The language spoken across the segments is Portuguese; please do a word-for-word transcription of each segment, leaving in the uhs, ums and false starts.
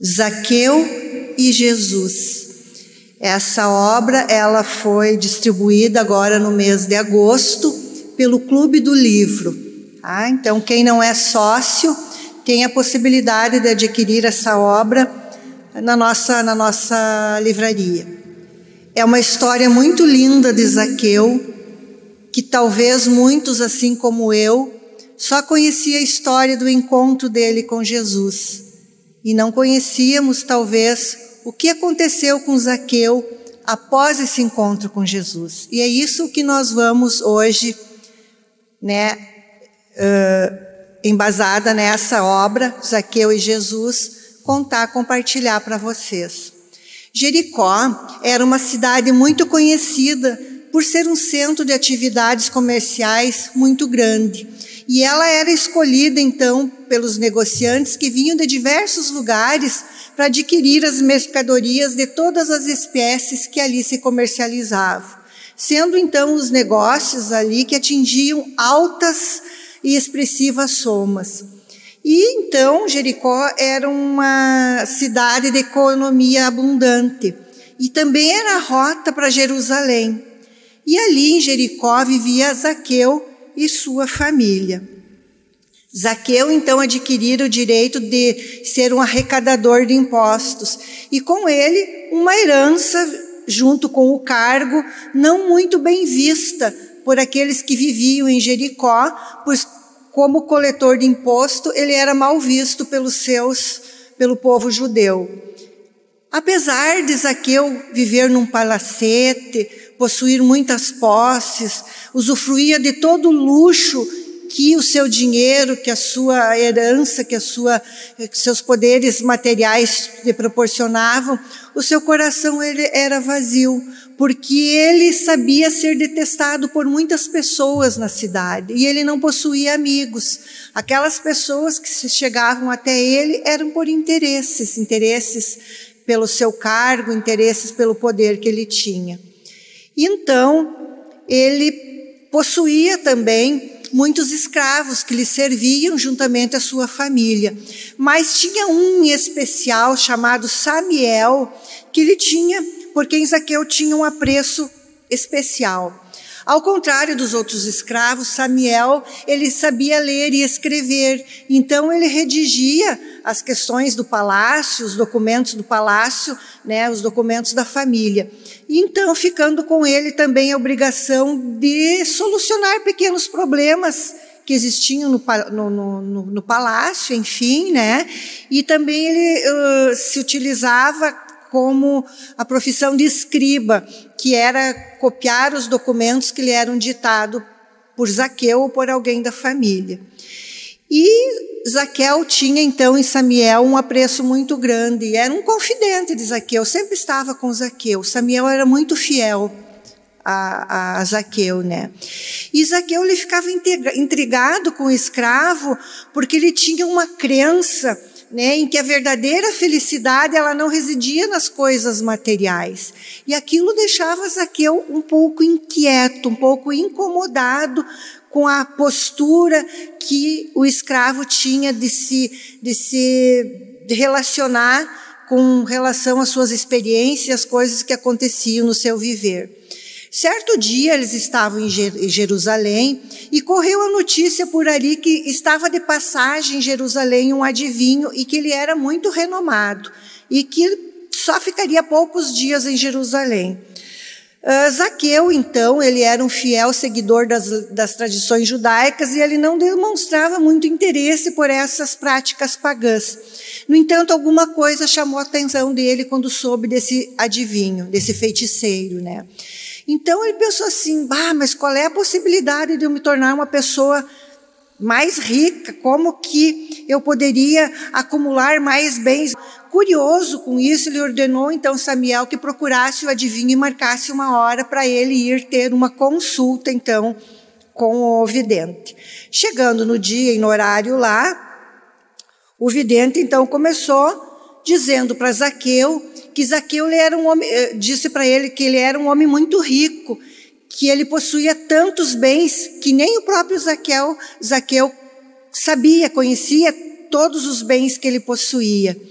Zaqueu e Jesus. Essa obra ela foi distribuída agora no mês de agosto pelo Clube do Livro. Tá? Então, quem não é sócio tem a possibilidade de adquirir essa obra na nossa, na nossa livraria. É uma história muito linda de Zaqueu, que talvez muitos, assim como eu, só conhecia a história do encontro dele com Jesus. E não conhecíamos, talvez, o que aconteceu com Zaqueu após esse encontro com Jesus. E é isso que nós vamos hoje, né, uh, embasada nessa obra, Zaqueu e Jesus, contar, compartilhar para vocês. Jericó era uma cidade muito conhecida por ser um centro de atividades comerciais muito grande. E ela era escolhida, então, pelos negociantes que vinham de diversos lugares para adquirir as mercadorias de todas as espécies que ali se comercializavam. Sendo, então, os negócios ali que atingiam altas e expressivas somas. E, então, Jericó era uma cidade de economia abundante. E também era a rota para Jerusalém. E ali em Jericó vivia Zaqueu e sua família. Zaqueu, então, adquirira o direito de ser um arrecadador de impostos, e com ele uma herança junto com o cargo não muito bem vista por aqueles que viviam em Jericó, pois como coletor de imposto ele era mal visto pelos seus, pelo povo judeu. Apesar de Zaqueu viver num palacete, possuir muitas posses, usufruía de todo o luxo que o seu dinheiro, que a sua herança, que, a sua, que seus poderes materiais lhe proporcionavam, o seu coração ele era vazio, porque ele sabia ser detestado por muitas pessoas na cidade, e ele não possuía amigos. Aquelas pessoas que se chegavam até ele eram por interesses, interesses pelo seu cargo, interesses pelo poder que ele tinha. Então, ele possuía também muitos escravos que lhe serviam juntamente à sua família. Mas tinha um em especial chamado Samiel, que ele tinha, por quem Zaqueu tinha um apreço especial. Ao contrário dos outros escravos, Samiel, ele sabia ler e escrever. Então, ele redigia as questões do palácio, os documentos do palácio, né, os documentos da família. E então, ficando com ele também a obrigação de solucionar pequenos problemas que existiam no, no, no, no palácio, enfim, né? E também ele uh, se utilizava como a profissão de escriba, que era copiar os documentos que lhe eram ditados por Zaqueu ou por alguém da família. E Zaqueu tinha, então, em Samiel um apreço muito grande, era um confidente de Zaqueu, sempre estava com Zaqueu. Samiel era muito fiel a, a Zaqueu, né? E Zaqueu ele ficava intrigado com o escravo, porque ele tinha uma crença, né, em que a verdadeira felicidade ela não residia nas coisas materiais. E aquilo deixava Zaqueu um pouco inquieto, um pouco incomodado com a postura que o escravo tinha de se, de se de relacionar com relação às suas experiências, as coisas que aconteciam no seu viver. Certo dia eles estavam em Jerusalém e correu a notícia por ali que estava de passagem em Jerusalém um adivinho e que ele era muito renomado e que só ficaria poucos dias em Jerusalém. Uh, Zaqueu, então, ele era um fiel seguidor das, das tradições judaicas e ele não demonstrava muito interesse por essas práticas pagãs. No entanto, alguma coisa chamou a atenção dele quando soube desse adivinho, desse feiticeiro, né? Então ele pensou assim, ah, mas qual é a possibilidade de eu me tornar uma pessoa mais rica? Como que eu poderia acumular mais bens? Curioso com isso, ele ordenou então Samiel que procurasse o adivinho e marcasse uma hora para ele ir ter uma consulta então com o vidente. Chegando no dia e no horário lá, o vidente então começou dizendo para Zaqueu que Zaqueu ele era um homem, disse para ele que ele era um homem muito rico, que ele possuía tantos bens que nem o próprio Zaqueu, Zaqueu sabia, conhecia todos os bens que ele possuía.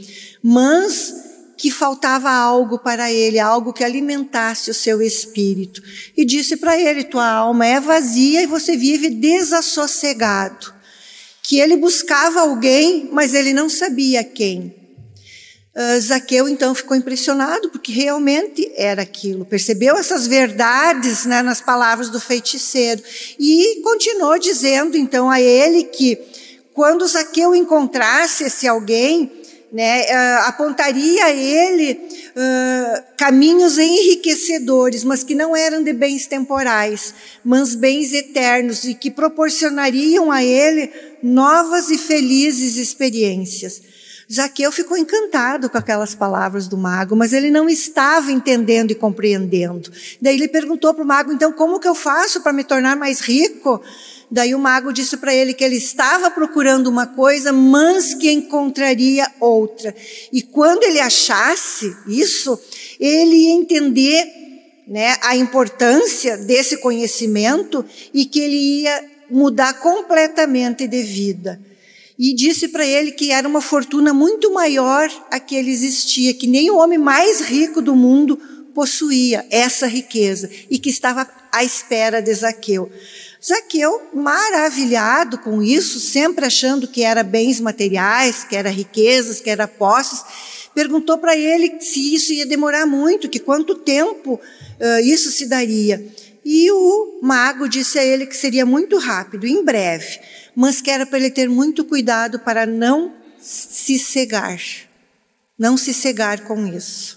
mas que faltava algo para ele, algo que alimentasse o seu espírito. E disse para ele: tua alma é vazia e você vive desassossegado. Que ele buscava alguém, mas ele não sabia quem. Uh, Zaqueu então ficou impressionado, porque realmente era aquilo. Percebeu essas verdades, né, nas palavras do feiticeiro. E continuou dizendo então a ele que quando Zaqueu encontrasse esse alguém, né, uh, apontaria a ele uh, caminhos enriquecedores, mas que não eram de bens temporais, mas bens eternos, e que proporcionariam a ele novas e felizes experiências. Zaqueu ficou encantado com aquelas palavras do mago, mas ele não estava entendendo e compreendendo. Daí ele perguntou para o mago: então como que eu faço para me tornar mais rico? Daí o mago disse para ele que ele estava procurando uma coisa, mas que encontraria outra. E quando ele achasse isso, ele ia entender, né, a importância desse conhecimento e que ele ia mudar completamente de vida. E disse para ele que era uma fortuna muito maior a que ele existia, que nem o homem mais rico do mundo possuía essa riqueza e que estava à espera de Zaqueu. Zaqueu, maravilhado com isso, sempre achando que era bens materiais, que era riquezas, que era posses, perguntou para ele se isso ia demorar muito, que quanto tempo uh, isso se daria. E o mago disse a ele que seria muito rápido, em breve, mas que era para ele ter muito cuidado para não se cegar, não se cegar com isso.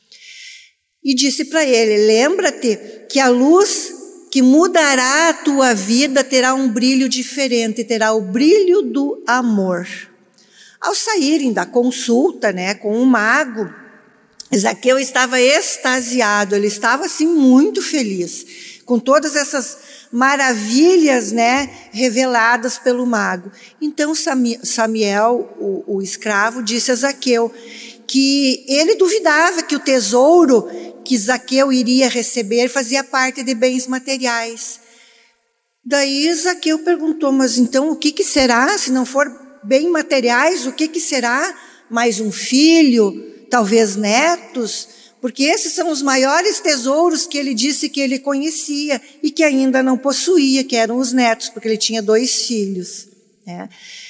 E disse para ele: lembra-te que a luz que mudará a tua vida terá um brilho diferente, terá o brilho do amor. Ao saírem da consulta, né, com o mago, Zaqueu estava extasiado, ele estava assim muito feliz, com todas essas maravilhas, né, reveladas pelo mago. Então Samiel, o, o escravo, disse a Zaqueu que ele duvidava que o tesouro que Zaqueu iria receber fazia parte de bens materiais. Daí Zaqueu perguntou: mas então o que, que será? Se não for bem materiais, o que, que será? Mais um filho, talvez netos? Porque esses são os maiores tesouros que ele disse que ele conhecia e que ainda não possuía, que eram os netos, porque ele tinha dois filhos, né?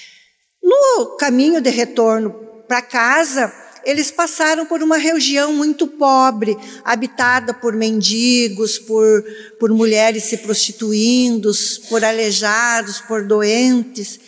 No caminho de retorno para casa, eles passaram por uma região muito pobre, habitada por mendigos, por, por mulheres se prostituindo, por aleijados, por doentes.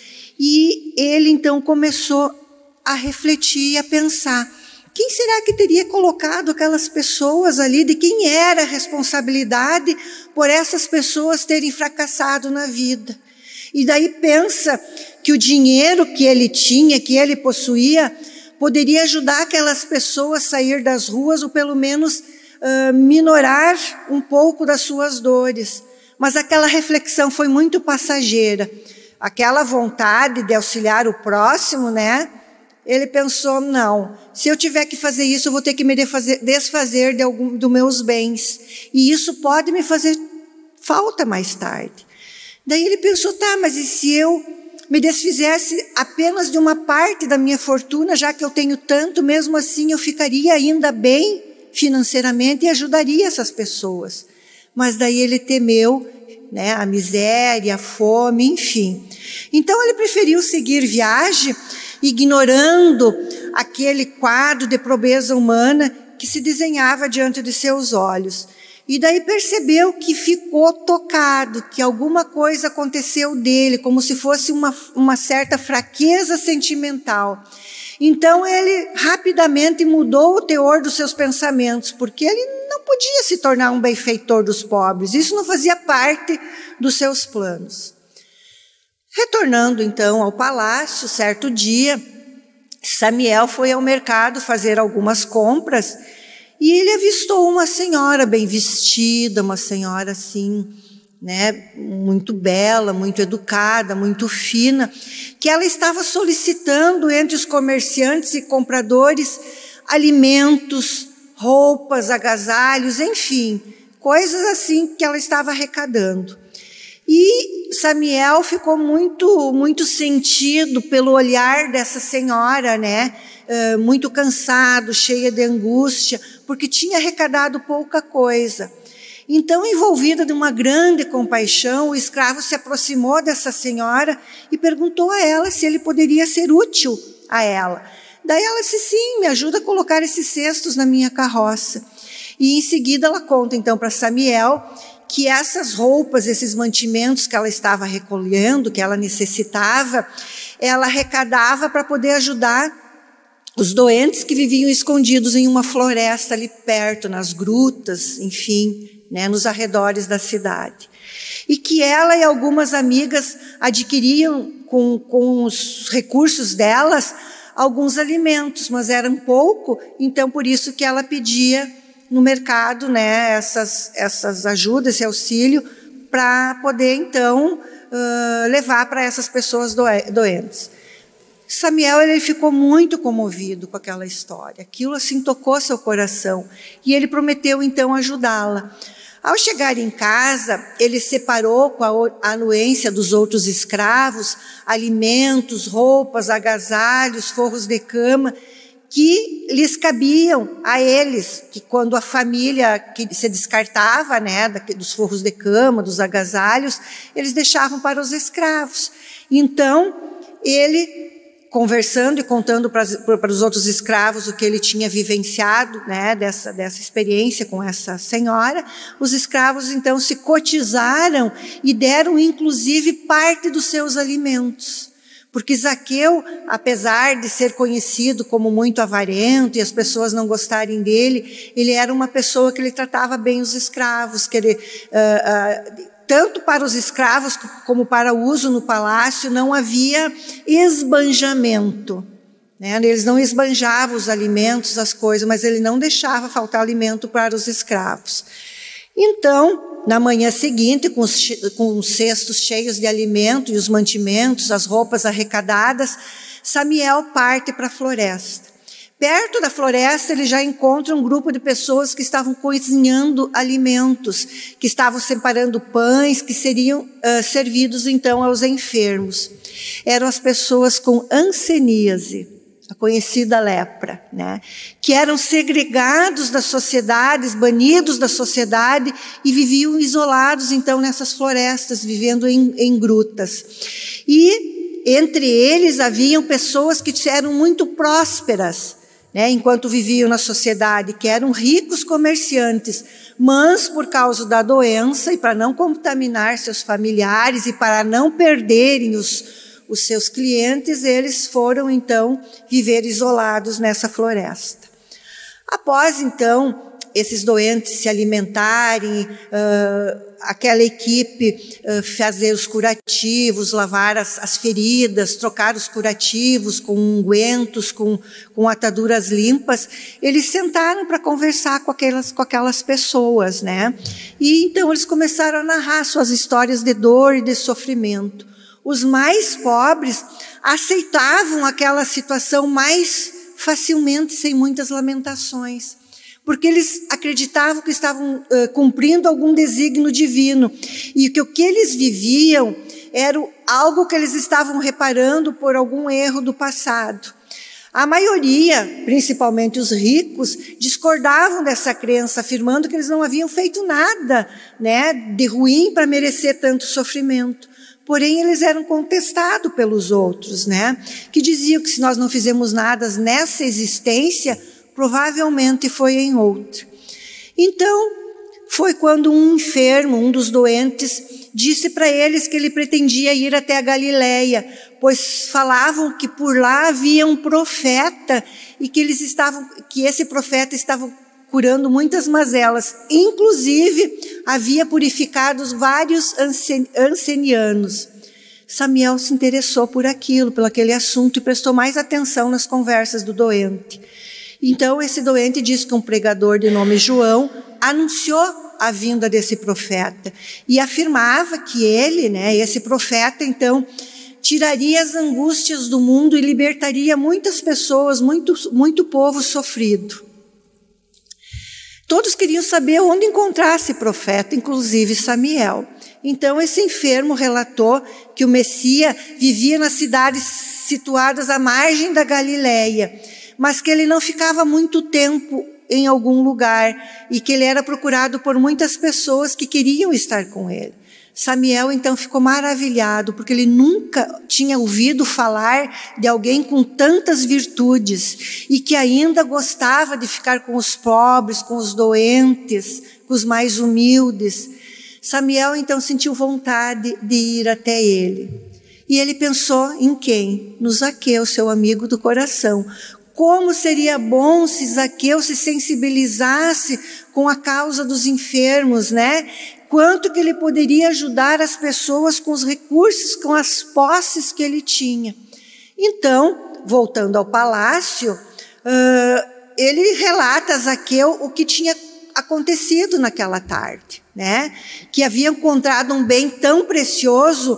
E ele então começou a refletir e a pensar: quem será que teria colocado aquelas pessoas ali? De quem era a responsabilidade por essas pessoas terem fracassado na vida? E daí pensa que o dinheiro que ele tinha, que ele possuía, poderia ajudar aquelas pessoas a sair das ruas ou pelo menos uh, minorar um pouco das suas dores. Mas aquela reflexão foi muito passageira. Aquela vontade de auxiliar o próximo, né? Ele pensou: não, se eu tiver que fazer isso, eu vou ter que me desfazer de algum dos meus bens. E isso pode me fazer falta mais tarde. Daí ele pensou: tá, mas e se eu me desfizesse apenas de uma parte da minha fortuna, já que eu tenho tanto, mesmo assim eu ficaria ainda bem financeiramente e ajudaria essas pessoas. Mas daí ele temeu, né, a miséria, a fome, enfim. Então ele preferiu seguir viagem, ignorando aquele quadro de pobreza humana que se desenhava diante de seus olhos. E daí percebeu que ficou tocado, que alguma coisa aconteceu dele, como se fosse uma, uma certa fraqueza sentimental. Então ele rapidamente mudou o teor dos seus pensamentos, porque ele não podia se tornar um benfeitor dos pobres, isso não fazia parte dos seus planos. Retornando então ao palácio, certo dia, Samiel foi ao mercado fazer algumas compras e ele avistou uma senhora bem vestida, uma senhora assim, né, muito bela, muito educada, muito fina, que ela estava solicitando entre os comerciantes e compradores alimentos, roupas, agasalhos, enfim, coisas assim que ela estava arrecadando. E Samiel ficou muito, muito sentido pelo olhar dessa senhora, né? Uh, muito cansado, cheia de angústia, porque tinha arrecadado pouca coisa. Então, envolvida de uma grande compaixão, o escravo se aproximou dessa senhora e perguntou a ela se ele poderia ser útil a ela. Daí ela disse, sim, me ajuda a colocar esses cestos na minha carroça. E em seguida ela conta então para Samiel que essas roupas, esses mantimentos que ela estava recolhendo, que ela necessitava, ela arrecadava para poder ajudar os doentes que viviam escondidos em uma floresta ali perto, nas grutas, enfim, né, nos arredores da cidade. E que ela e algumas amigas adquiriam com, com os recursos delas alguns alimentos, mas eram pouco, então por isso que ela pedia no mercado, né, essas, essas ajudas, esse auxílio, para poder, então, uh, levar para essas pessoas doentes. Samiel, ele ficou muito comovido com aquela história. Aquilo, assim, tocou seu coração. E ele prometeu, então, ajudá-la. Ao chegar em casa, ele separou com a anuência dos outros escravos alimentos, roupas, agasalhos, forros de cama, que lhes cabiam a eles, que quando a família que se descartava, né, dos forros de cama, dos agasalhos, eles deixavam para os escravos. Então, ele, conversando e contando para, para os outros escravos o que ele tinha vivenciado, né, dessa, dessa experiência com essa senhora, os escravos, então, se cotizaram e deram, inclusive, parte dos seus alimentos. Porque Zaqueu, apesar de ser conhecido como muito avarento e as pessoas não gostarem dele, ele era uma pessoa que ele tratava bem os escravos, que ele, uh, uh, tanto para os escravos como para o uso no palácio, não havia esbanjamento, né? Eles não esbanjavam os alimentos, as coisas, mas ele não deixava faltar alimento para os escravos. Então, na manhã seguinte, com os, com os cestos cheios de alimento e os mantimentos, as roupas arrecadadas, Samiel parte para a floresta. Perto da floresta, ele já encontra um grupo de pessoas que estavam cozinhando alimentos, que estavam separando pães que seriam uh, servidos, então, aos enfermos. Eram as pessoas com hanseníase, a conhecida lepra, né? Que eram segregados das sociedades, banidos da sociedade e viviam isolados, então, nessas florestas, vivendo em, em grutas. E entre eles haviam pessoas que eram muito prósperas, né, enquanto viviam na sociedade, que eram ricos comerciantes, mas por causa da doença e para não contaminar seus familiares e para não perderem os os seus clientes, eles foram, então, viver isolados nessa floresta. Após, então, esses doentes se alimentarem, uh, aquela equipe uh, fazer os curativos, lavar as, as feridas, trocar os curativos com ungüentos, com, com ataduras limpas, eles sentaram para conversar com aquelas, com aquelas pessoas, né? E, então, eles começaram a narrar suas histórias de dor e de sofrimento. Os mais pobres aceitavam aquela situação mais facilmente, sem muitas lamentações, porque eles acreditavam que estavam uh, cumprindo algum desígnio divino, e que o que eles viviam era algo que eles estavam reparando por algum erro do passado. A maioria, principalmente os ricos, discordavam dessa crença, afirmando que eles não haviam feito nada, né, de ruim para merecer tanto sofrimento. Porém, eles eram contestados pelos outros, né? Que diziam que se nós não fizemos nada nessa existência, provavelmente foi em outra. Então, foi quando um enfermo, um dos doentes, disse para eles que ele pretendia ir até a Galileia, pois falavam que por lá havia um profeta e que eles estavam, que esse profeta estava curando muitas mazelas, inclusive havia purificado vários ancenianos. Samiel se interessou por aquilo, por aquele assunto, e prestou mais atenção nas conversas do doente. Então esse doente disse que um pregador de nome João anunciou a vinda desse profeta e afirmava que ele, né, esse profeta, então, tiraria as angústias do mundo e libertaria muitas pessoas, muito, muito povo sofrido. Todos queriam saber onde encontrar esse profeta, inclusive Samiel. Então esse enfermo relatou que o Messias vivia nas cidades situadas à margem da Galileia, mas que ele não ficava muito tempo em algum lugar e que ele era procurado por muitas pessoas que queriam estar com ele. Samiel então ficou maravilhado, porque ele nunca tinha ouvido falar de alguém com tantas virtudes e que ainda gostava de ficar com os pobres, com os doentes, com os mais humildes. Samiel então sentiu vontade de ir até ele. E ele pensou em quem? No Zaqueu, seu amigo do coração. Como seria bom se Zaqueu se sensibilizasse com a causa dos enfermos, né? Quanto que ele poderia ajudar as pessoas com os recursos, com as posses que ele tinha. Então, voltando ao palácio, uh, ele relata a Zaqueu o que tinha acontecido naquela tarde, né? Que havia encontrado um bem tão precioso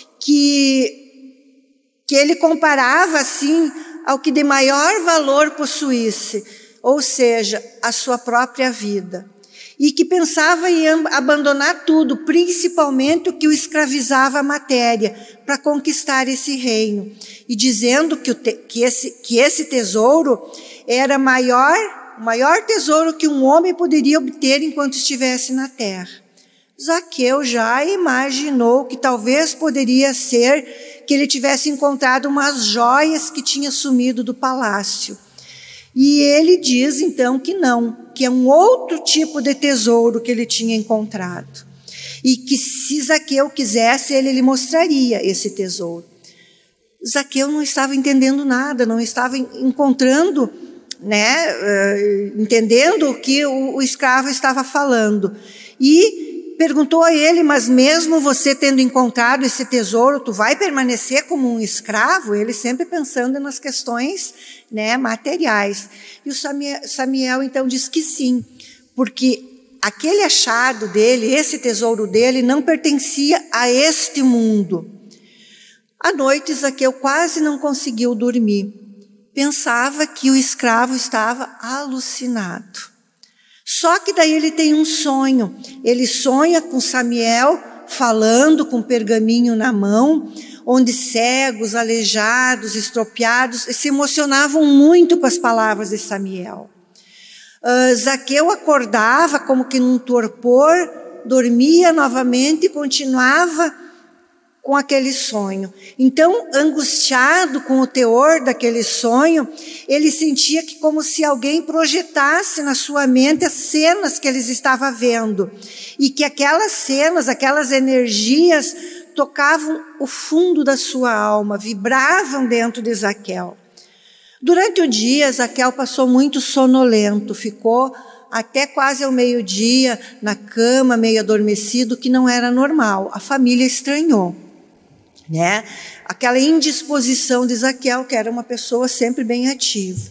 que, que ele comparava assim ao que de maior valor possuísse, ou seja, a sua própria vida. E que pensava em abandonar tudo, principalmente o que o escravizava à matéria, para conquistar esse reino. E dizendo que, o te, que, esse, que esse tesouro era maior, o maior tesouro que um homem poderia obter enquanto estivesse na terra. Zaqueu já imaginou que talvez poderia ser que ele tivesse encontrado umas joias que tinha sumido do palácio. E ele diz então que não, que é um outro tipo de tesouro que ele tinha encontrado. E que se Zaqueu quisesse, ele lhe mostraria esse tesouro. Zaqueu não estava entendendo nada, não estava encontrando, né, uh, entendendo o que o, o escravo estava falando. E perguntou a ele, mas mesmo você tendo encontrado esse tesouro, tu vai permanecer como um escravo? Ele sempre pensando nas questões, né, materiais. E o Samiel, Samiel então diz que sim, porque aquele achado dele, esse tesouro dele, não pertencia a este mundo. À noite, Zaqueu quase não conseguiu dormir. Pensava que o escravo estava alucinado. Só que daí ele tem um sonho. Ele sonha com Samiel falando com um pergaminho na mão, onde cegos, aleijados, estropiados se emocionavam muito com as palavras de Samiel. Uh, Zaqueu acordava como que num torpor, dormia novamente e continuava com aquele sonho. Então, angustiado com o teor daquele sonho, ele sentia que como se alguém projetasse na sua mente as cenas que ele estava vendo. E que aquelas cenas, aquelas energias tocavam o fundo da sua alma, vibravam dentro de Zaqueu. Durante o dia, Zaqueu passou muito sonolento, ficou até quase ao meio-dia na cama, meio adormecido, que não era normal. A família estranhou. Né? Aquela indisposição de Zaqueu, que era uma pessoa sempre bem ativa.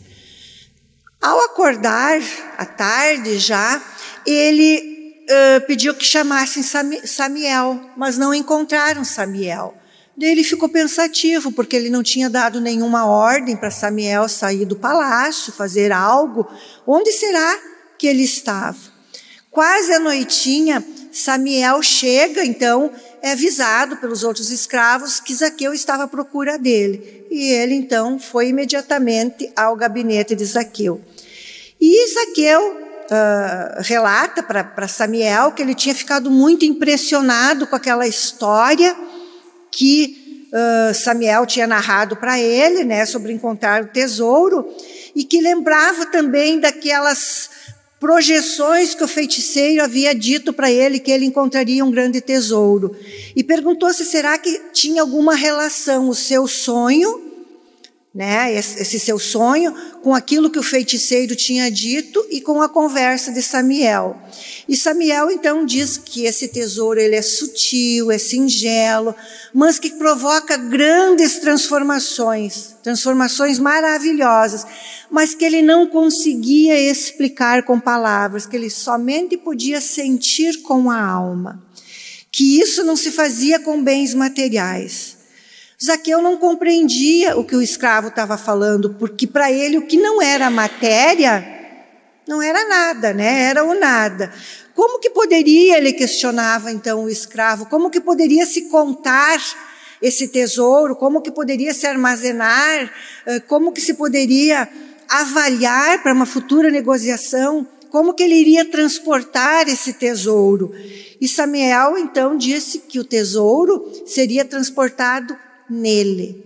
Ao acordar, à tarde já, ele uh, pediu que chamassem Samiel, mas não encontraram Samiel. Daí ele ficou pensativo, porque ele não tinha dado nenhuma ordem para Samiel sair do palácio, fazer algo. Onde será que ele estava? Quase à noitinha, Samiel chega, então, é avisado pelos outros escravos que Zaqueu estava à procura dele. E ele, então, foi imediatamente ao gabinete de Zaqueu. E Zaqueu uh, relata para Samiel que ele tinha ficado muito impressionado com aquela história que uh, Samiel tinha narrado para ele, né, sobre encontrar o tesouro, e que lembrava também daquelas projeções que o feiticeiro havia dito para ele que ele encontraria um grande tesouro. E perguntou se será que tinha alguma relação o seu sonho, né, esse seu sonho, com aquilo que o feiticeiro tinha dito e com a conversa de Samiel. E Samiel então diz que esse tesouro ele é sutil, é singelo, mas que provoca grandes transformações, transformações maravilhosas, mas que ele não conseguia explicar com palavras, que ele somente podia sentir com a alma, que isso não se fazia com bens materiais. Zaqueu não compreendia o que o escravo estava falando, porque para ele o que não era matéria Não era nada, né? Era o nada. Como que poderia, ele questionava então o escravo, como que poderia se contar esse tesouro, como que poderia se armazenar, como que se poderia avaliar para uma futura negociação, como que ele iria transportar esse tesouro. E Samiel então disse que o tesouro seria transportado nele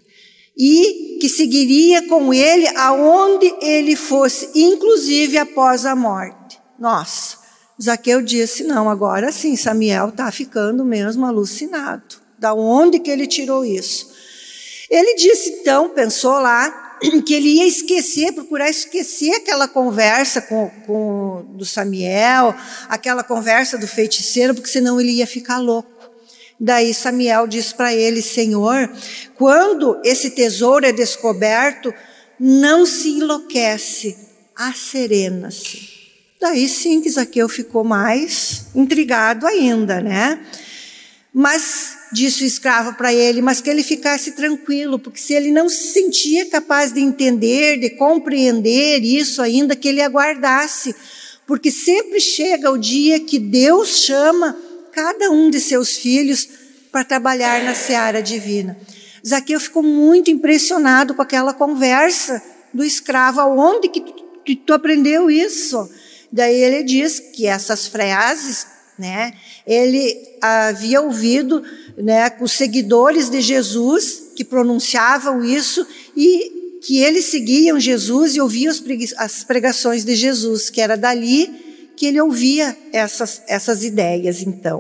e que seguiria com ele aonde ele fosse, inclusive após a morte. Nossa, Zaqueu disse, não, agora sim, Samiel está ficando mesmo alucinado. Da onde que ele tirou isso? Ele disse então, pensou lá, que ele ia esquecer, procurar esquecer aquela conversa com, com, do Samiel, aquela conversa do feiticeiro, porque senão ele ia ficar louco. Daí Samiel disse para ele, Senhor, quando esse tesouro é descoberto, não se enlouquece, asserena-se. Daí sim que Zaqueu ficou mais intrigado ainda, né? Mas disse o escravo para ele, mas que ele ficasse tranquilo, porque se ele não se sentia capaz de entender, de compreender isso ainda, que ele aguardasse, porque sempre chega o dia que Deus chama cada um de seus filhos para trabalhar na seara divina. Zaqueu ficou muito impressionado com aquela conversa do escravo, aonde que tu, que tu aprendeu isso? Daí ele diz que essas frases, né, ele havia ouvido, né, os seguidores de Jesus que pronunciavam isso e que eles seguiam Jesus e ouviam as pregações de Jesus, que era dali que ele ouvia essas, essas ideias, então.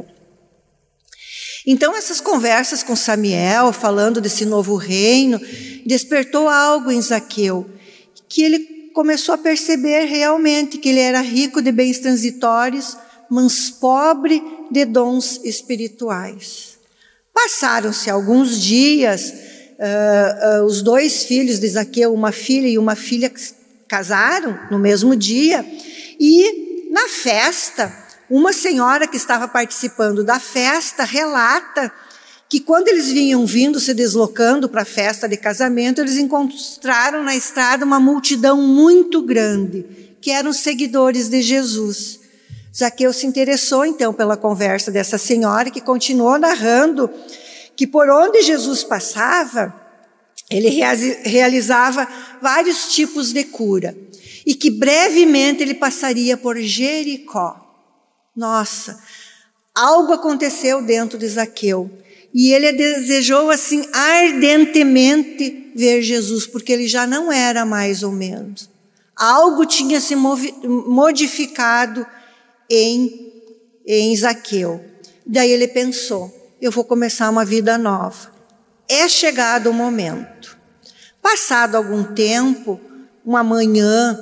Então, essas conversas com Samiel, falando desse novo reino, despertou algo em Zaqueu, que ele começou a perceber realmente que ele era rico de bens transitórios, mas pobre de dons espirituais. Passaram-se alguns dias, uh, uh, os dois filhos de Zaqueu, uma filha e uma filha, casaram no mesmo dia, e na festa, uma senhora que estava participando da festa relata que quando eles vinham vindo, se deslocando para a festa de casamento, eles encontraram na estrada uma multidão muito grande, que eram seguidores de Jesus. Zaqueu se interessou então pela conversa dessa senhora, que continuou narrando que por onde Jesus passava, ele realizava vários tipos de cura, e que brevemente ele passaria por Jericó. Nossa, algo aconteceu dentro de Zaqueu, e ele desejou assim ardentemente ver Jesus, porque ele já não era mais ou menos. Algo tinha se modificado em, em Zaqueu. Daí ele pensou, eu vou começar uma vida nova. É chegado o momento. Passado algum tempo, uma manhã,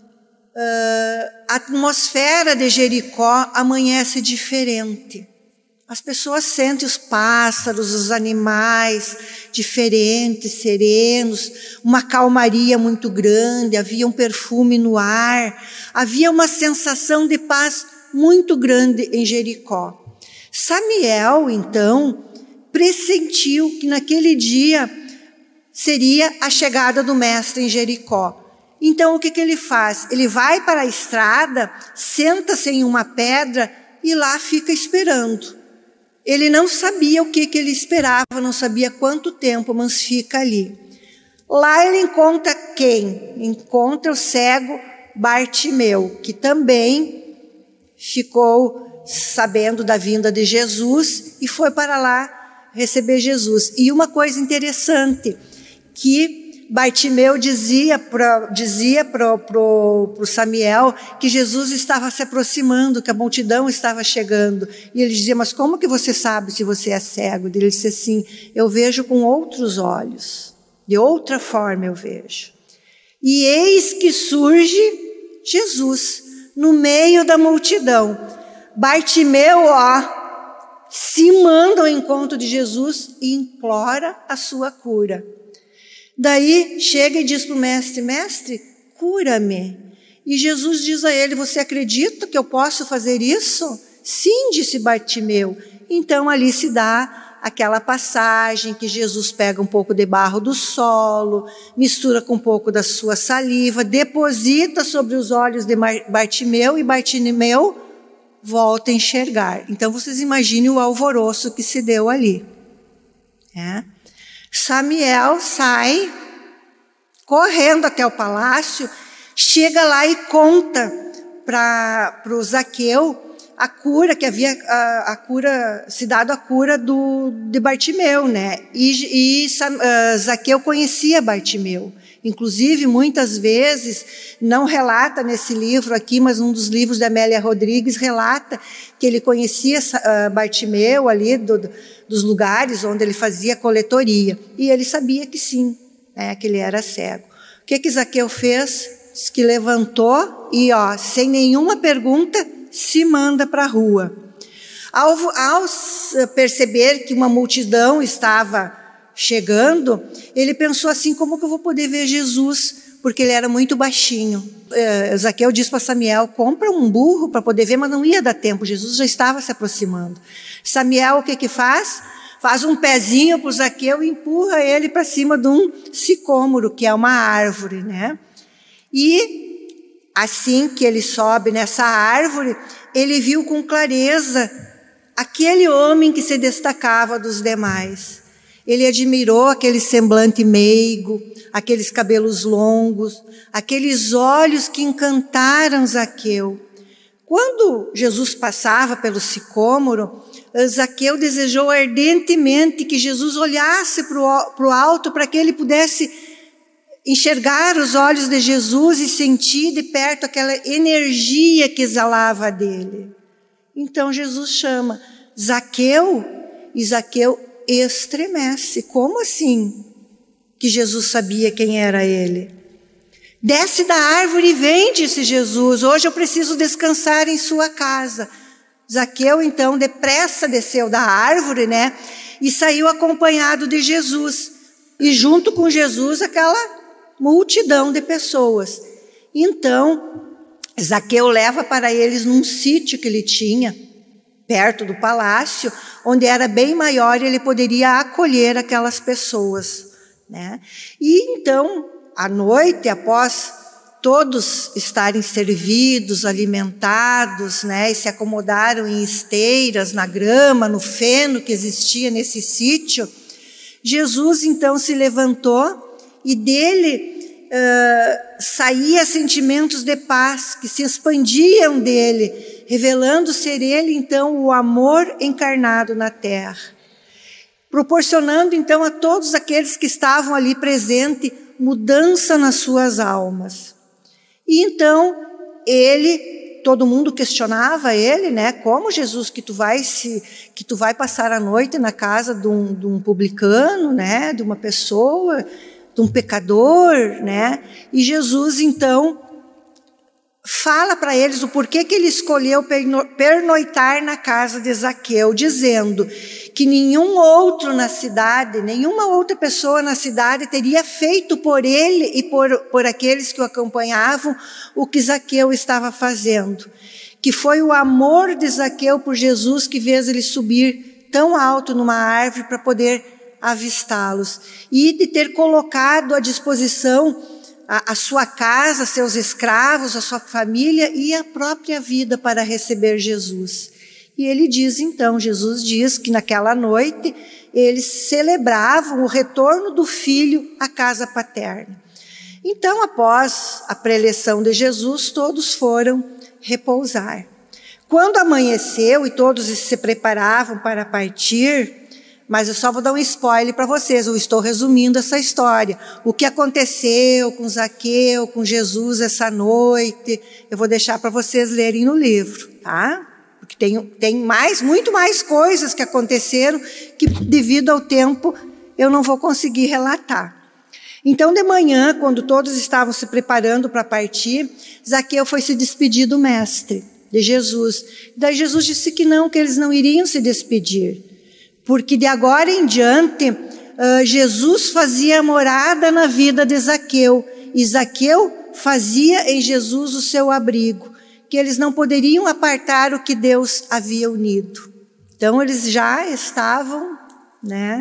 a atmosfera de Jericó amanhece diferente. As pessoas sentem os pássaros, os animais diferentes, serenos, uma calmaria muito grande, havia um perfume no ar, havia uma sensação de paz muito grande em Jericó. Samiel, então, pressentiu que naquele dia seria a chegada do mestre em Jericó. Então, o que que ele faz? Ele vai para a estrada, senta-se em uma pedra e lá fica esperando. Ele não sabia o que que ele esperava, não sabia quanto tempo, mas fica ali. Lá ele encontra quem? Encontra o cego Bartimeu, que também ficou sabendo da vinda de Jesus e foi para lá receber Jesus. E uma coisa interessante, que Bartimeu dizia para dizia pro, pro, pro Samiel que Jesus estava se aproximando, que a multidão estava chegando. E ele dizia, mas como que você sabe se você é cego? Ele disse assim, eu vejo com outros olhos, de outra forma eu vejo. E eis que surge Jesus no meio da multidão. Bartimeu, ó, se manda ao encontro de Jesus e implora a sua cura. Daí chega e diz para o mestre, mestre, cura-me. E Jesus diz a ele, você acredita que eu posso fazer isso? Sim, disse Bartimeu. Então ali se dá aquela passagem que Jesus pega um pouco de barro do solo, mistura com um pouco da sua saliva, deposita sobre os olhos de Bartimeu e Bartimeu volta a enxergar. Então vocês imaginem o alvoroço que se deu ali. É. Samiel sai correndo até o palácio, chega lá e conta para o Zaqueu a cura, que havia a, a cura, se dado a cura do, de Bartimeu, né? E, e uh, Zaqueu conhecia Bartimeu. Inclusive, muitas vezes, não relata nesse livro aqui, mas um dos livros da Amélia Rodrigues relata que ele conhecia uh, Bartimeu ali do, dos lugares onde ele fazia coletoria. E ele sabia que sim, né, que ele era cego. O que que Zaqueu fez? Diz que levantou e, ó, sem nenhuma pergunta, se manda para a rua. Ao, ao perceber que uma multidão estava chegando, ele pensou assim, como que eu vou poder ver Jesus? Porque ele era muito baixinho. É, Zaqueu disse para Samiel, compra um burro para poder ver, mas não ia dar tempo, Jesus já estava se aproximando. Samiel o que que faz? Faz um pezinho para o Zaqueu e empurra ele para cima de um sicômoro, que é uma árvore, né? E assim que ele sobe nessa árvore, ele viu com clareza aquele homem que se destacava dos demais. Ele admirou aquele semblante meigo, aqueles cabelos longos, aqueles olhos que encantaram Zaqueu. Quando Jesus passava pelo sicômoro, Zaqueu desejou ardentemente que Jesus olhasse para o alto para que ele pudesse enxergar os olhos de Jesus e sentir de perto aquela energia que exalava dele. Então Jesus chama Zaqueu e Zaqueu estremece. Como assim que Jesus sabia quem era ele? Desce da árvore e vem, disse Jesus, hoje eu preciso descansar em sua casa. Zaqueu então depressa desceu da árvore, né, e saiu acompanhado de Jesus. E junto com Jesus aquela multidão de pessoas. Então, Zaqueu leva para eles num sítio que ele tinha, perto do palácio, onde era bem maior e ele poderia acolher aquelas pessoas, né? E então, à noite, após todos estarem servidos, alimentados, né, e se acomodaram em esteiras, na grama, no feno que existia nesse sítio, Jesus então se levantou e dele uh, saía sentimentos de paz que se expandiam dele, revelando ser ele, então, o amor encarnado na terra. Proporcionando, então, a todos aqueles que estavam ali presentes, mudança nas suas almas. E então, ele, todo mundo questionava ele, né? Como, Jesus, que tu vai, se, que tu vai passar a noite na casa de um, de um publicano, né? De uma pessoa, de um pecador, né? E Jesus, então, fala para eles o porquê que ele escolheu pernoitar na casa de Zaqueu, dizendo que nenhum outro na cidade, nenhuma outra pessoa na cidade teria feito por ele e por, por aqueles que o acompanhavam o que Zaqueu estava fazendo. Que foi o amor de Zaqueu por Jesus que fez ele subir tão alto numa árvore para poder avistá-los, e de ter colocado à disposição a, a sua casa, seus escravos, a sua família e a própria vida para receber Jesus. E ele diz então, Jesus diz que naquela noite eles celebravam o retorno do filho à casa paterna. Então, após a preleção de Jesus, todos foram repousar. Quando amanheceu e todos se preparavam para partir, mas eu só vou dar um spoiler para vocês, eu estou resumindo essa história. O que aconteceu com Zaqueu, com Jesus essa noite, eu vou deixar para vocês lerem no livro, tá? Porque tem, tem mais, muito mais coisas que aconteceram que, devido ao tempo, eu não vou conseguir relatar. Então, de manhã, quando todos estavam se preparando para partir, Zaqueu foi se despedir do mestre, de Jesus. Daí Jesus disse que não, que eles não iriam se despedir, porque de agora em diante, uh, Jesus fazia morada na vida de Zaqueu, e Zaqueu fazia em Jesus o seu abrigo, que eles não poderiam apartar o que Deus havia unido. Então, eles já estavam né?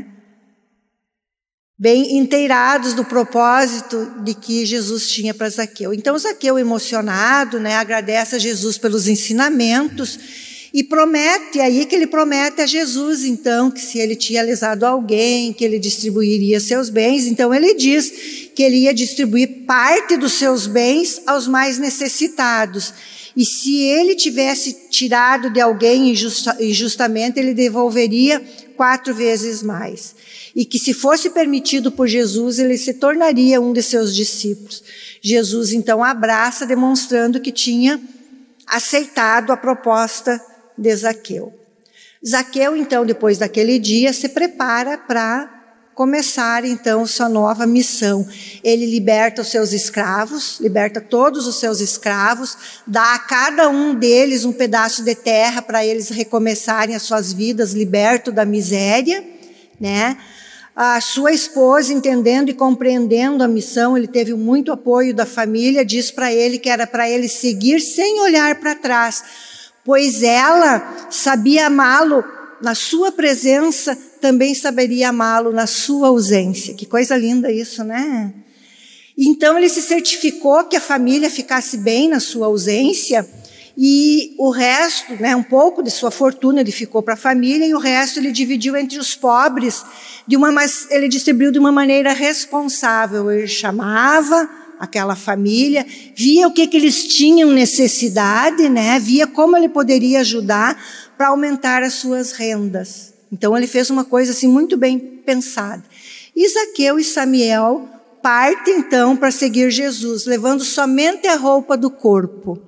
Bem inteirados do propósito de que Jesus tinha para Zaqueu. Então Zaqueu, emocionado, né, agradece a Jesus pelos ensinamentos e promete, aí que ele promete a Jesus, então, que se ele tinha lesado alguém, que ele distribuiria seus bens. Então ele diz que ele ia distribuir parte dos seus bens aos mais necessitados. E se ele tivesse tirado de alguém injusta, injustamente, ele devolveria quatro vezes mais. E que se fosse permitido por Jesus, ele se tornaria um de seus discípulos. Jesus então abraça, demonstrando que tinha aceitado a proposta de Zaqueu. Zaqueu então, depois daquele dia, se prepara para começar então sua nova missão. Ele liberta os seus escravos, liberta todos os seus escravos, dá a cada um deles um pedaço de terra para eles recomeçarem as suas vidas, liberto da miséria, né? A sua esposa, entendendo e compreendendo a missão, ele teve muito apoio da família, diz para ele que era para ele seguir sem olhar para trás, pois ela sabia amá-lo na sua presença, também saberia amá-lo na sua ausência. Que coisa linda isso, né? Então ele se certificou que a família ficasse bem na sua ausência, e o resto, né, um pouco de sua fortuna ele ficou para a família, e o resto ele dividiu entre os pobres, de uma, mas ele distribuiu de uma maneira responsável. Ele chamava aquela família, via o que, que eles tinham necessidade, né, via como ele poderia ajudar para aumentar as suas rendas. Então ele fez uma coisa assim muito bem pensada. E Zaqueu e Samiel partem então para seguir Jesus, levando somente a roupa do corpo.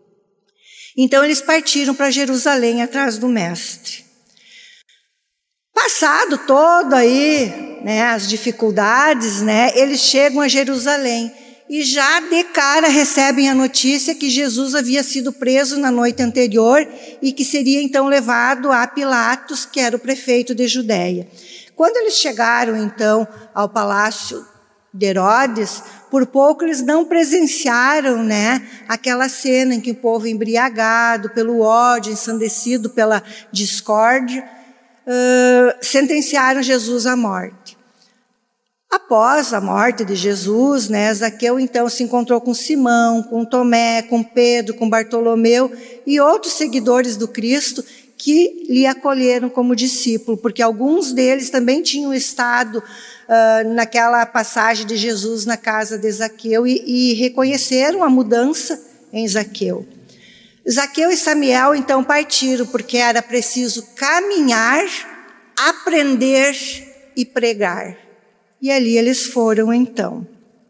Então eles partiram para Jerusalém atrás do mestre. Passado todo aí, né, as dificuldades, né, eles chegam a Jerusalém e já de cara recebem a notícia que Jesus havia sido preso na noite anterior e que seria então levado a Pilatos, que era o prefeito de Judeia. Quando eles chegaram então ao palácio de Herodes, por pouco eles não presenciaram, né, aquela cena em que o povo embriagado pelo ódio, ensandecido pela discórdia, uh, sentenciaram Jesus à morte. Após a morte de Jesus, né, Zaqueu então se encontrou com Simão, com Tomé, com Pedro, com Bartolomeu e outros seguidores do Cristo que lhe acolheram como discípulo, porque alguns deles também tinham estado uh, naquela passagem de Jesus na casa de Zaqueu e, e reconheceram a mudança em Zaqueu. Zaqueu e Samiel então partiram, porque era preciso caminhar, aprender e pregar. E ali eles foram então.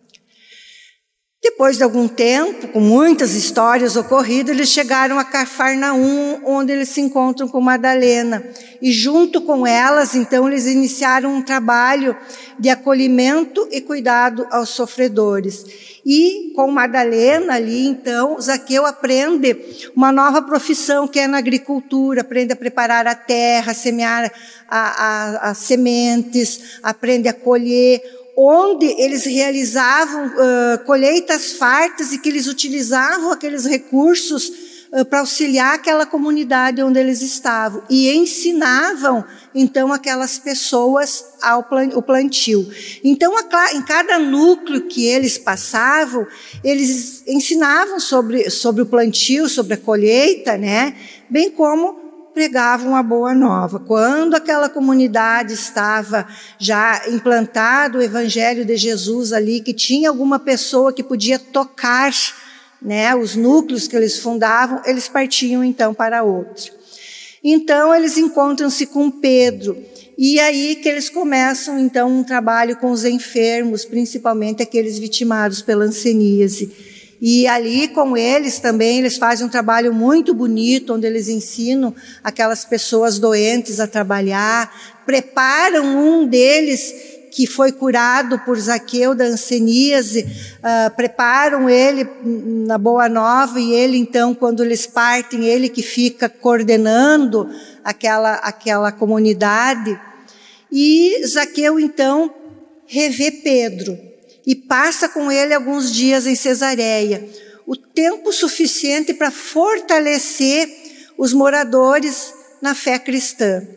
Depois de algum tempo, com muitas histórias ocorridas, eles chegaram a Cafarnaum, onde eles se encontram com Madalena. E junto com elas, então, eles iniciaram um trabalho de acolhimento e cuidado aos sofredores. E com Madalena ali, então, Zaqueu aprende uma nova profissão, que é na agricultura, aprende a preparar a terra, a semear as sementes, aprende a colher, onde eles realizavam uh, colheitas fartas e que eles utilizavam aqueles recursos uh, para auxiliar aquela comunidade onde eles estavam e ensinavam então aquelas pessoas ao plan- o plantio. Então a, em cada núcleo que eles passavam, eles ensinavam sobre, sobre o plantio, sobre a colheita, né? Bem como pregavam a boa nova. Quando aquela comunidade estava já implantado o evangelho de Jesus ali, que tinha alguma pessoa que podia tocar, né, os núcleos que eles fundavam, eles partiam então para outro. Então eles encontram-se com Pedro, e aí que eles começam então um trabalho com os enfermos, principalmente aqueles vitimados pela hanseníase. E ali com eles também, eles fazem um trabalho muito bonito, onde eles ensinam aquelas pessoas doentes a trabalhar, preparam um deles que foi curado por Zaqueu da hanseníase, uh, preparam ele na Boa Nova, e ele então, quando eles partem, ele que fica coordenando aquela, aquela comunidade. E Zaqueu então revê Pedro e passa com ele alguns dias em Cesareia, o tempo suficiente para fortalecer os moradores na fé cristã.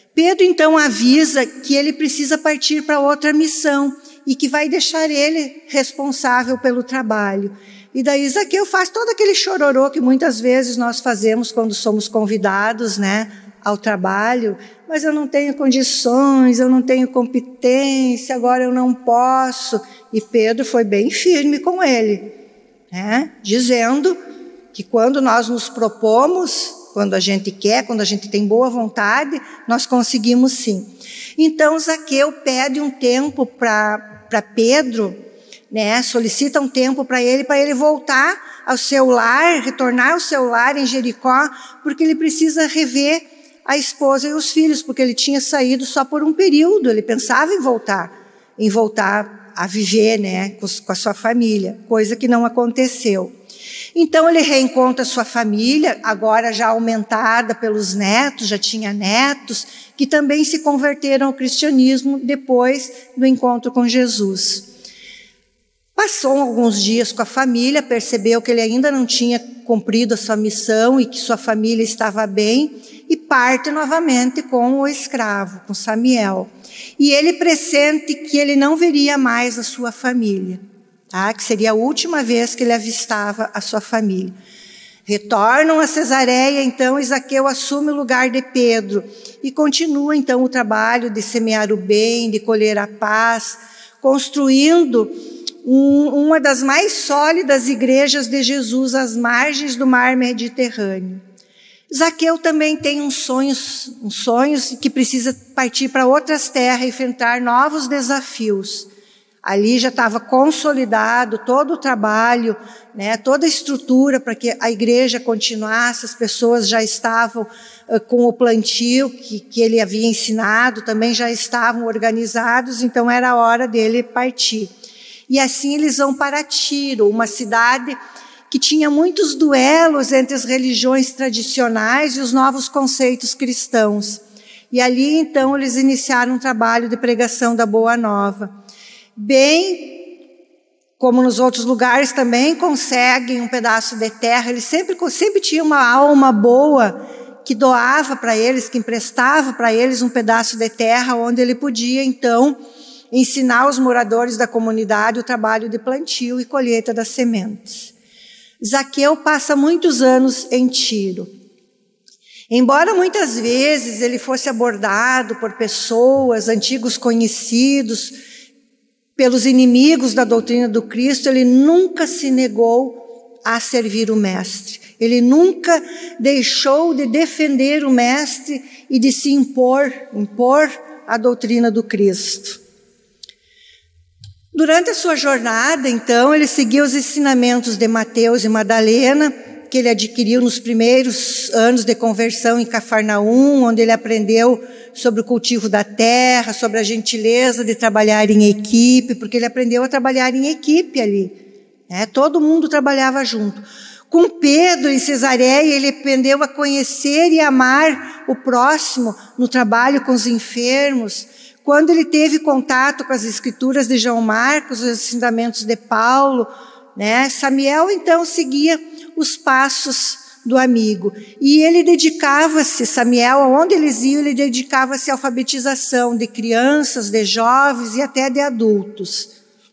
Pedro então avisa que ele precisa partir para outra missão e que vai deixar ele responsável pelo trabalho. E daí Zaqueu faz todo aquele chororô que muitas vezes nós fazemos quando somos convidados, né, ao trabalho. Mas eu não tenho condições, eu não tenho competência, agora eu não posso. E Pedro foi bem firme com ele, né, dizendo que quando nós nos propomos, quando a gente quer, quando a gente tem boa vontade, nós conseguimos sim. Então Zaqueu pede um tempo para para Pedro, né, solicita um tempo para ele, para ele voltar ao seu lar, retornar ao seu lar em Jericó, porque ele precisa rever a esposa e os filhos, porque ele tinha saído só por um período, ele pensava em voltar, em voltar a viver, né, com, com a sua família, coisa que não aconteceu. Então ele reencontra sua família, agora já aumentada pelos netos, já tinha netos, que também se converteram ao cristianismo depois do encontro com Jesus. Passou alguns dias com a família, percebeu que ele ainda não tinha cumprido a sua missão e que sua família estava bem, e parte novamente com o escravo, com Samiel. E ele pressente que ele não veria mais a sua família. Tá? Que seria a última vez que ele avistava a sua família. Retornam a Cesareia, então, e Zaqueu assume o lugar de Pedro e continua, então, o trabalho de semear o bem, de colher a paz, construindo um, uma das mais sólidas igrejas de Jesus às margens do mar Mediterrâneo. Zaqueu também tem uns sonhos, uns sonhos que precisa partir para outras terras e enfrentar novos desafios. Ali já estava consolidado todo o trabalho, né, toda a estrutura para que a igreja continuasse, as pessoas já estavam uh, com o plantio que, que ele havia ensinado, também já estavam organizados, então era a hora dele partir. E assim eles vão para Tiro, uma cidade que tinha muitos duelos entre as religiões tradicionais e os novos conceitos cristãos. E ali então eles iniciaram um trabalho de pregação da Boa Nova. Bem, como nos outros lugares também, conseguem um pedaço de terra. Eles sempre, sempre tinham uma alma boa que doava para eles, que emprestava para eles um pedaço de terra onde ele podia, então, ensinar os moradores da comunidade o trabalho de plantio e colheita das sementes. Zaqueu passa muitos anos em Tiro. Embora muitas vezes ele fosse abordado por pessoas, antigos conhecidos, pelos inimigos da doutrina do Cristo, ele nunca se negou a servir o Mestre. Ele nunca deixou de defender o Mestre e de se impor, impor a doutrina do Cristo. Durante a sua jornada, então, ele seguiu os ensinamentos de Mateus e Madalena, que ele adquiriu nos primeiros anos de conversão em Cafarnaum, onde ele aprendeu sobre o cultivo da terra, sobre a gentileza de trabalhar em equipe, porque ele aprendeu a trabalhar em equipe ali, né? Todo mundo trabalhava junto. Com Pedro em Cesareia, ele aprendeu a conhecer e amar o próximo no trabalho com os enfermos. Quando ele teve contato com as escrituras de João Marcos, os ensinamentos de Paulo, né? Samiel então seguia os passos do amigo. E ele dedicava-se, Samiel, aonde eles iam, ele dedicava-se à alfabetização de crianças, de jovens e até de adultos.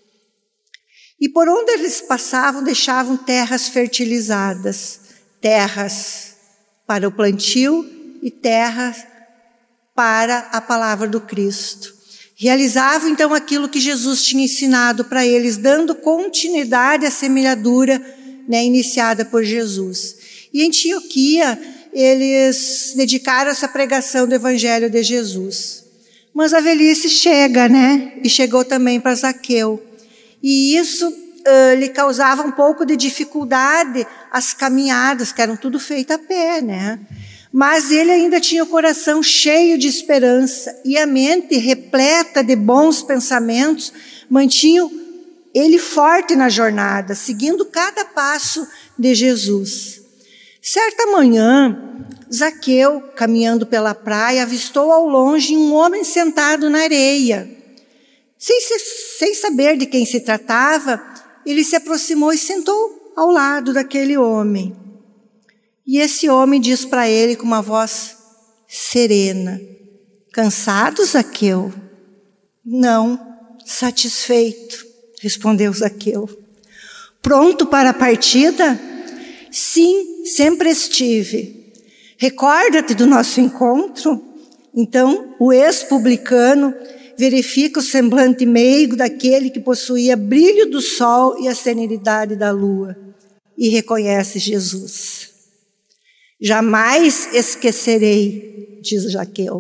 E por onde eles passavam, deixavam terras fertilizadas, terras para o plantio e terras para a palavra do Cristo. Realizavam então aquilo que Jesus tinha ensinado para eles, dando continuidade à semeadura, né, iniciada por Jesus. E em Antioquia, eles dedicaram essa pregação do Evangelho de Jesus. Mas a velhice chega, né? E chegou também para Zaqueu. E isso uh, lhe causava um pouco de dificuldade as caminhadas, que eram tudo feito a pé, né? Mas ele ainda tinha o coração cheio de esperança e a mente repleta de bons pensamentos, mantinham ele forte na jornada, seguindo cada passo de Jesus. Certa manhã, Zaqueu, caminhando pela praia, avistou ao longe um homem sentado na areia. Sem, sem saber de quem se tratava, ele se aproximou e sentou ao lado daquele homem. E esse homem diz para ele com uma voz serena, Cansado, Zaqueu? Não, satisfeito, respondeu Zaqueu. Pronto para a partida? Sim, sempre estive. Recorda-te do nosso encontro? Então, o ex-publicano verifica o semblante meigo daquele que possuía brilho do sol e a serenidade da lua e reconhece Jesus. Jamais esquecerei, diz Zaqueu.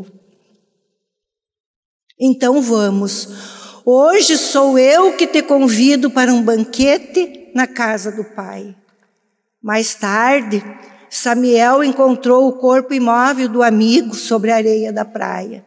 Então vamos. Hoje sou eu que te convido para um banquete na casa do Pai. Mais tarde, Samiel encontrou o corpo imóvel do amigo sobre a areia da praia.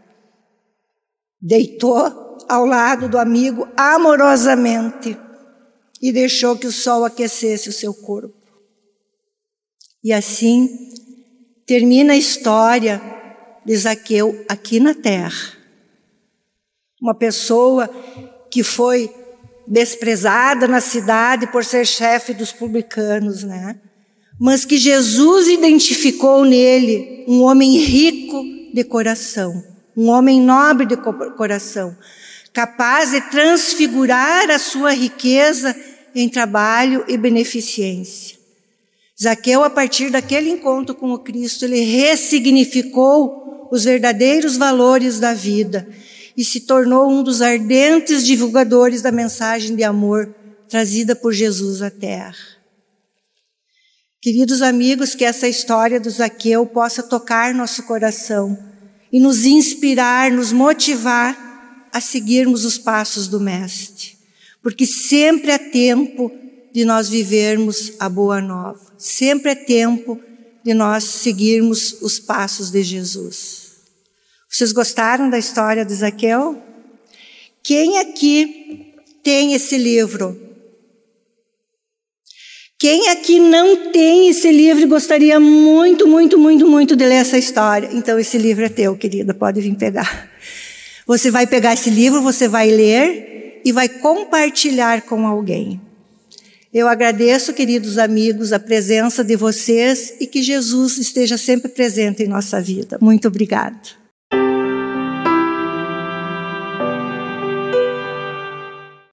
Deitou ao lado do amigo amorosamente e deixou que o sol aquecesse o seu corpo. E assim termina a história de Zaqueu aqui na terra. Uma pessoa que foi desprezada na cidade por ser chefe dos publicanos, né? Mas que Jesus identificou nele um homem rico de coração, um homem nobre de coração, capaz de transfigurar a sua riqueza em trabalho e beneficência. Zaqueu, a partir daquele encontro com o Cristo, ele ressignificou os verdadeiros valores da vida e se tornou um dos ardentes divulgadores da mensagem de amor trazida por Jesus à terra. Queridos amigos, que essa história do Zaqueu possa tocar nosso coração e nos inspirar, nos motivar a seguirmos os passos do Mestre, porque sempre é tempo de nós vivermos a boa nova, sempre é tempo de nós seguirmos os passos de Jesus. Vocês gostaram da história de Zaqueu? Quem aqui tem esse livro? Quem aqui não tem esse livro e gostaria muito, muito, muito, muito de ler essa história? Então esse livro é teu, querida, pode vir pegar. Você vai pegar esse livro, você vai ler e vai compartilhar com alguém. Eu agradeço, queridos amigos, a presença de vocês e que Jesus esteja sempre presente em nossa vida. Muito obrigada.